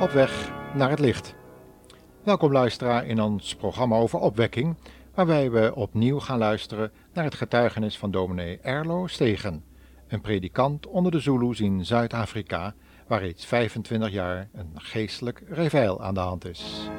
op weg naar het licht. Welkom luisteraar in ons programma over opwekking, waarbij we opnieuw gaan luisteren naar het getuigenis van dominee Erlo Stegen, een predikant onder de Zulus in Zuid-Afrika, waar reeds 25 jaar een geestelijk reveil aan de hand is.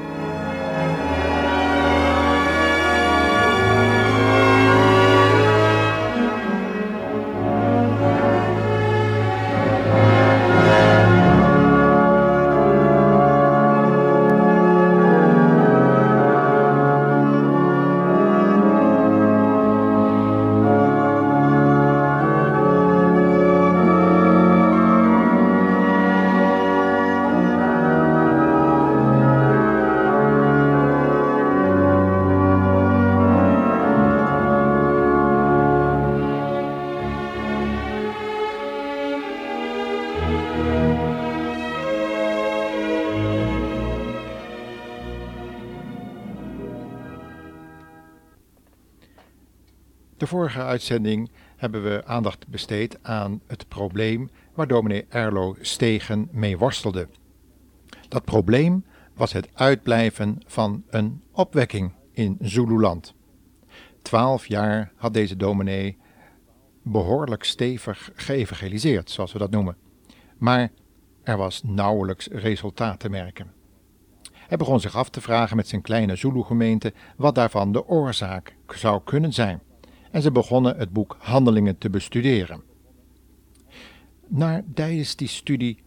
De vorige uitzending hebben we aandacht besteed aan het probleem waar dominee Erlo Stegen mee worstelde. Dat probleem was het uitblijven van een opwekking in Zululand. 12 jaar had deze dominee behoorlijk stevig geëvangeliseerd, zoals we dat noemen. Maar er was nauwelijks resultaat te merken. Hij begon zich af te vragen met zijn kleine Zulu-gemeente wat daarvan de oorzaak zou kunnen zijn. En ze begonnen het boek Handelingen te bestuderen. Tijdens die studie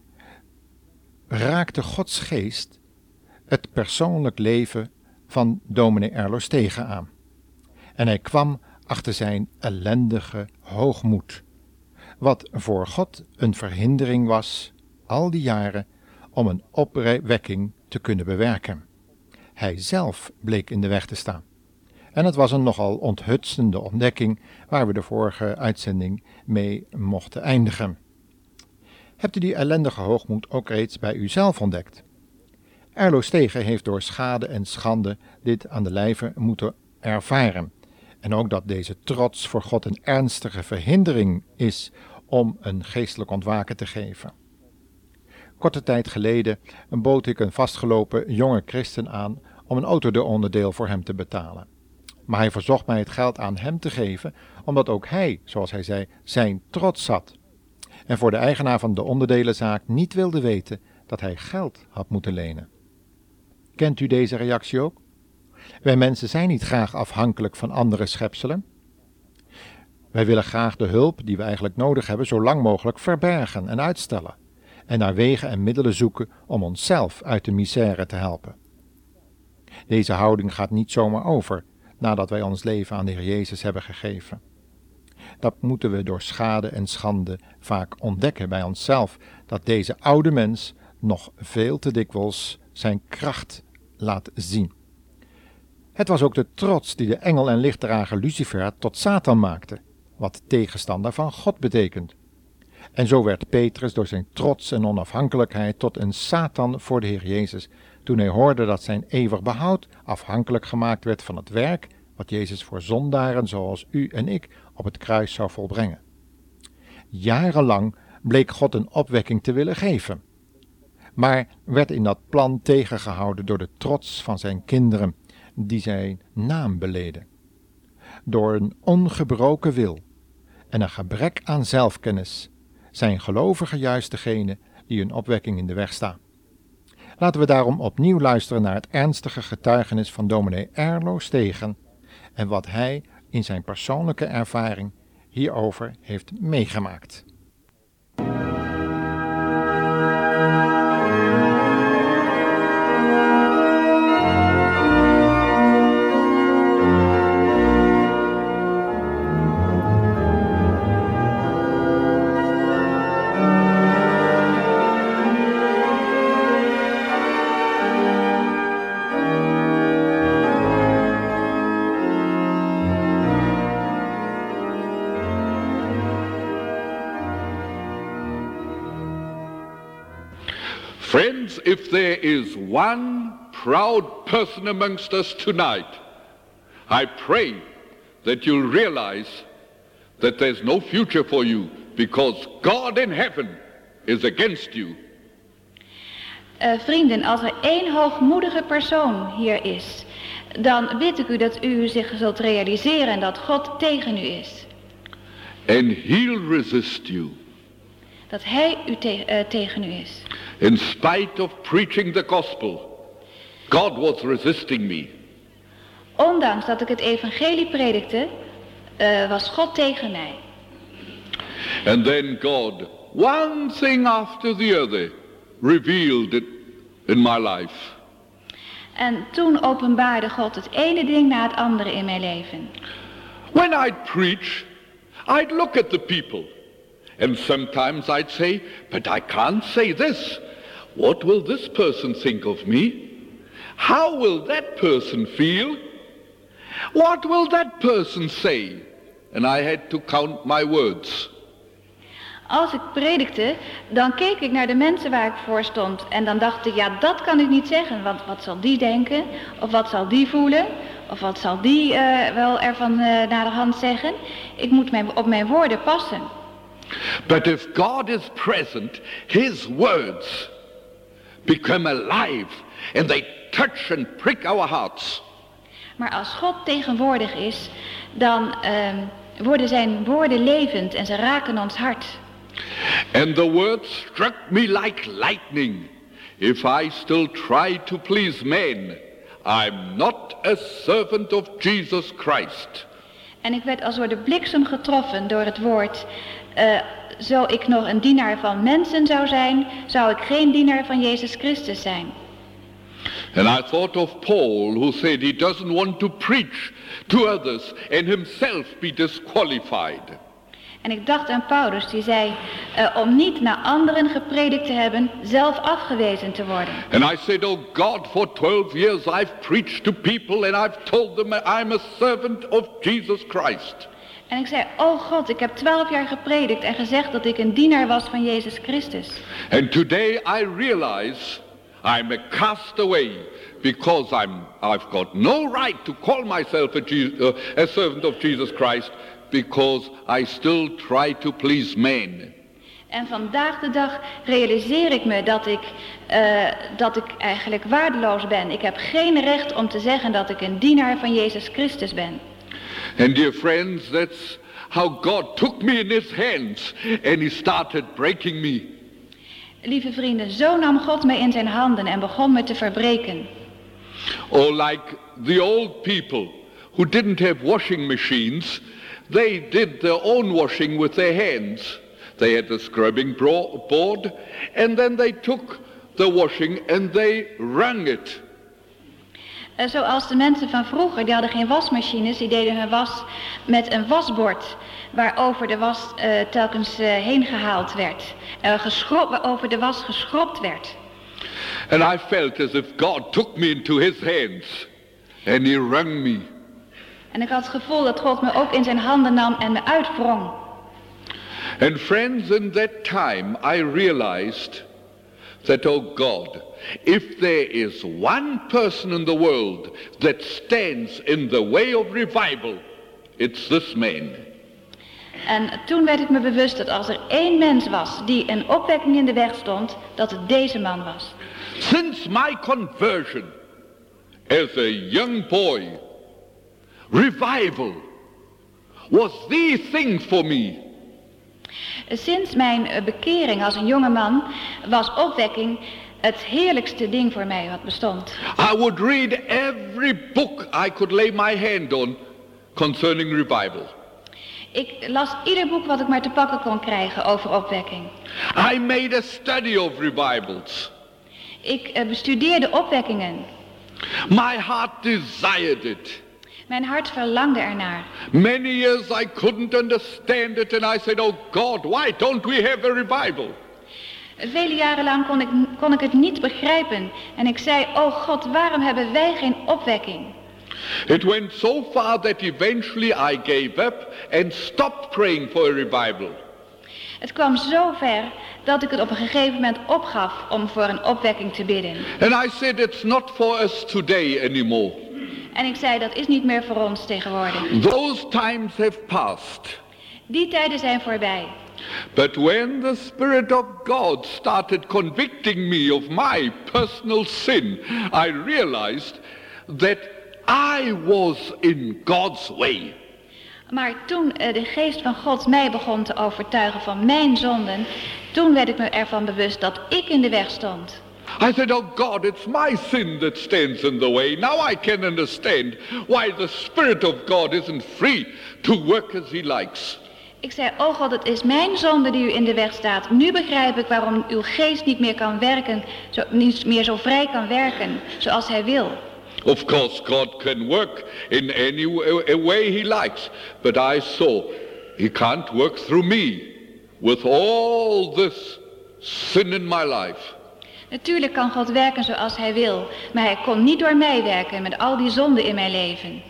raakte Gods geest het persoonlijk leven van dominee Erlo Stegen aan. En hij kwam achter zijn ellendige hoogmoed, wat voor God een verhindering was, al die jaren, om een opwekking te kunnen bewerken. Hij zelf bleek in de weg te staan. En het was een nogal onthutsende ontdekking waar we de vorige uitzending mee mochten eindigen. Hebt u die ellendige hoogmoed ook reeds bij uzelf ontdekt? Erlo Stegen heeft door schade en schande dit aan de lijve moeten ervaren. En ook dat deze trots voor God een ernstige verhindering is om een geestelijk ontwaken te geven. Korte tijd geleden bood ik een vastgelopen jonge christen aan om een autodeelonderdeel voor hem te betalen. Maar hij verzocht mij het geld aan hem te geven, omdat ook hij, zoals hij zei, zijn trots had. En voor de eigenaar van de onderdelenzaak niet wilde weten dat hij geld had moeten lenen. Kent u deze reactie ook? Wij mensen zijn niet graag afhankelijk van andere schepselen. Wij willen graag de hulp die we eigenlijk nodig hebben zo lang mogelijk verbergen en uitstellen. En naar wegen en middelen zoeken om onszelf uit de misère te helpen. Deze houding gaat niet zomaar over nadat wij ons leven aan de Heer Jezus hebben gegeven. Dat moeten we door schade en schande vaak ontdekken bij onszelf, dat deze oude mens nog veel te dikwijls zijn kracht laat zien. Het was ook de trots die de engel en lichtdrager Lucifer tot Satan maakte, wat tegenstander van God betekent. En zo werd Petrus door zijn trots en onafhankelijkheid tot een Satan voor de Heer Jezus, toen hij hoorde dat zijn eeuwig behoud afhankelijk gemaakt werd van het werk wat Jezus voor zondaren zoals u en ik op het kruis zou volbrengen. Jarenlang bleek God een opwekking te willen geven, maar werd in dat plan tegengehouden door de trots van zijn kinderen, die zijn naam beleden. Door een ongebroken wil en een gebrek aan zelfkennis zijn gelovigen juist degene die een opwekking in de weg staan. Laten we daarom opnieuw luisteren naar het ernstige getuigenis van dominee Erlo Stegen en wat hij in zijn persoonlijke ervaring hierover heeft meegemaakt. Friends, if there is one proud person amongst us tonight, I pray that you'll realize that there's no future for you because God in heaven is against you. Vrienden, als er één hoogmoedige persoon hier is, dan bid ik u dat u zich zult realiseren en dat God tegen u is. And he'll resist you. Dat hij u tegen u is. In spite of preaching the gospel, God was resisting me. Ondanks dat ik het evangelie predikte, was God tegen mij. And then God, one thing after the other, revealed it in my life. En toen openbaarde God het ene ding na het andere in mijn leven. When I'd preach, I'd look at the people. And sometimes I'd say, but I can't say this. What will this person think of me? How will that person feel? What will that person say? And I had to count my words. Als ik predikte, dan keek ik naar de mensen waar ik voor stond. En dan dacht ik, ja, dat kan ik niet zeggen. Want wat zal die denken? Of wat zal die voelen? Of wat zal die wel ervan naderhand zeggen? Ik moet op mijn woorden passen. But if God is present, his words become alive. And they touch and prick our hearts. Maar als God tegenwoordig is, dan worden zijn woorden levend en ze raken ons hart. And the words struck me like lightning. If I still try to please men, I'm not a servant of Jesus Christ. En ik werd als door de bliksem getroffen door het woord. Zo ik nog een dienaar van mensen zou zijn, zou ik geen dienaar van Jezus Christus zijn. And I thought of Paul, who said he doesn't want to preach to others and himself be disqualified. En ik dacht aan Paulus die zei, om niet naar anderen gepredikt te hebben, zelf afgewezen te worden. And I said, oh God, for 12 years I've preached to people and I've told them I'm a servant of Jesus Christ. En ik zei, oh God, ik heb 12 jaar gepredikt en gezegd dat ik een dienaar was van Jezus Christus. And today I realize I'm a castaway because I've got no right to call myself a servant of Jesus Christ because I still try to please men. En vandaag de dag realiseer ik me dat ik eigenlijk waardeloos ben. Ik heb geen recht om te zeggen dat ik een dienaar van Jezus Christus ben. And dear friends, that's how God took me in his hands and he started breaking me. Lieve vrienden, zo nam God mij in zijn handen en begon me te verbreken. Or like the old people who didn't have washing machines, they did their own washing with their hands. They had a scrubbing board and then they took the washing and they wrung it. Zoals de mensen van vroeger, die hadden geen wasmachines, die deden hun was met een wasbord. Waarover de was telkens heen gehaald werd. Waarover de was geschrobt werd. And I felt as if God took me into his hands and he wrung me. En ik had het gevoel dat God me ook in zijn handen nam en me uitwrong. And friends, in that time I realized that, oh God, if there is one person in the world that stands in the way of revival, it's this man. En toen werd ik me bewust dat als er één mens was die een opwekking in de weg stond, dat het deze man was. Since my conversion as a young boy, revival was the thing for me. Sinds mijn bekering als een jonge man was opwekking het heerlijkste ding voor mij wat bestond. I would read every book I could lay my hand on concerning revival. Ik las ieder boek wat ik maar te pakken kon krijgen over opwekking. I made a study of revivals. Ik bestudeerde opwekkingen. My heart desired it. Mijn hart verlangde ernaar. Many years I couldn't understand it and I said, oh God, why don't we have a revival? Vele jaren lang kon ik het niet begrijpen. En ik zei, oh God, waarom hebben wij geen opwekking? It went so far that eventually I gave up and stopped praying for a revival. Het kwam zo ver dat ik het op een gegeven moment opgaf om voor een opwekking te bidden. And I said, it's not for us today anymore. En ik zei, dat is niet meer voor ons tegenwoordig. Those times have passed. Die tijden zijn voorbij. But when the Spirit of God started convicting me of my personal sin, I realized that I was in God's way. Maar toen de geest van God mij begon te overtuigen van mijn zonden, toen werd ik me ervan bewust dat ik in de weg stond. I said, oh God, it's my sin that stands in the way. Now I can understand why the Spirit of God isn't free to work as he likes. Ik zei, oh God, het is mijn zonde die u in de weg staat. Nu begrijp ik waarom uw geest niet meer kan werken, niet meer zo vrij kan werken zoals hij wil. Of course, God can work in any way he likes, but I saw he can't work through me with all this sin in my life. Natuurlijk kan God werken zoals hij wil, maar hij kon niet door mij werken met al die zonden in mijn leven.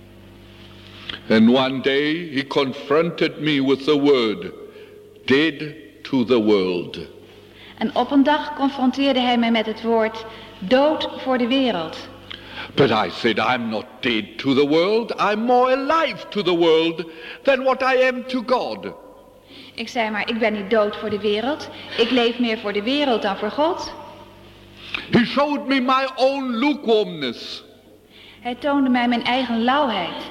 And one day he confronted me with the word, dead to the world. En op een dag confronteerde hij mij met het woord, dood voor de wereld. But I said, I'm not dead to the world, I'm more alive to the world than what I am to God. Ik zei, maar ik ben niet dood voor de wereld, ik leef meer voor de wereld dan voor God. He showed me my own lukewarmness. Hij toonde mij mijn eigen lauwheid.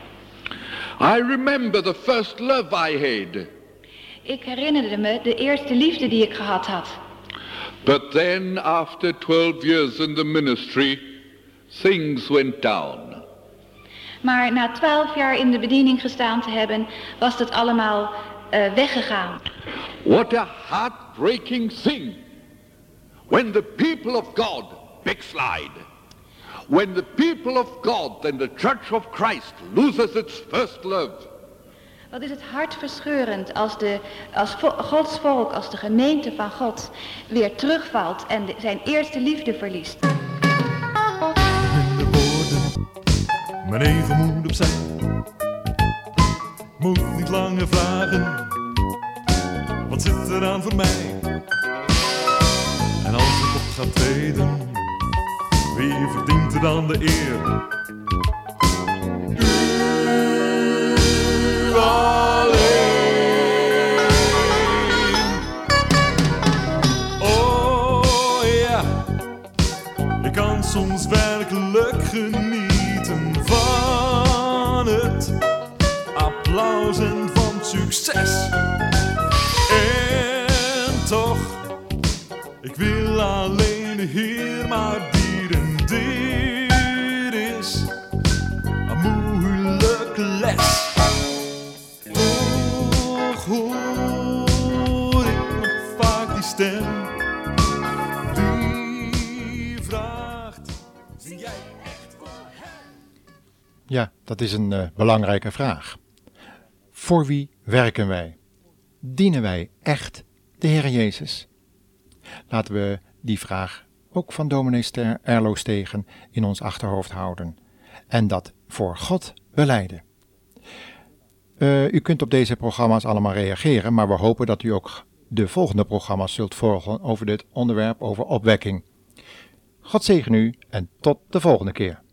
I remember the first love I had. Ik herinnerde me de eerste liefde die ik gehad had. But then after 12 years in the ministry, things went down. Maar na 12 jaar in de bediening gestaan te hebben, was het allemaal weggegaan. What a heartbreaking thing when the people of God backslide. When the people of God and the Church of Christ loses its first love. Wat is het hartverscheurend als Gods volk, als de gemeente van God weer terugvalt en zijn eerste liefde verliest. Minder woorden, mijn ego moet opzij. Moet niet langer vragen, wat zit er aan voor mij? En als ik op ga treden, wie verdient er dan de eer? U alleen. Oh ja, je kan soms werkelijk genieten van het applaus en van succes. En toch, ik wil alleen de Heer maar dienen. Dit is een moeilijke les. Och, hoor ik nog vaak die stem die vraagt, zing jij echt voor hem? Ja, dat is een belangrijke vraag. Voor wie werken wij? Dienen wij echt de Heer Jezus? Laten we die vraag ook van dominee Erlo Stegen in ons achterhoofd houden en dat voor God belijden. U kunt op deze programma's allemaal reageren, maar we hopen dat u ook de volgende programma's zult volgen over dit onderwerp over opwekking. God zegen u en tot de volgende keer.